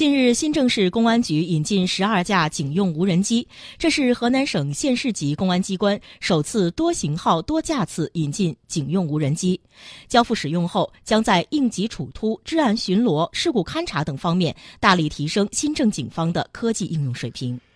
近日，新郑市公安局引进12架警用无人机，这是河南省县市级公安机关首次多型号多架次引进警用无人机。交付使用后，将在应急处突、治安巡逻、事故勘查等方面大力提升新郑警方的科技应用水平。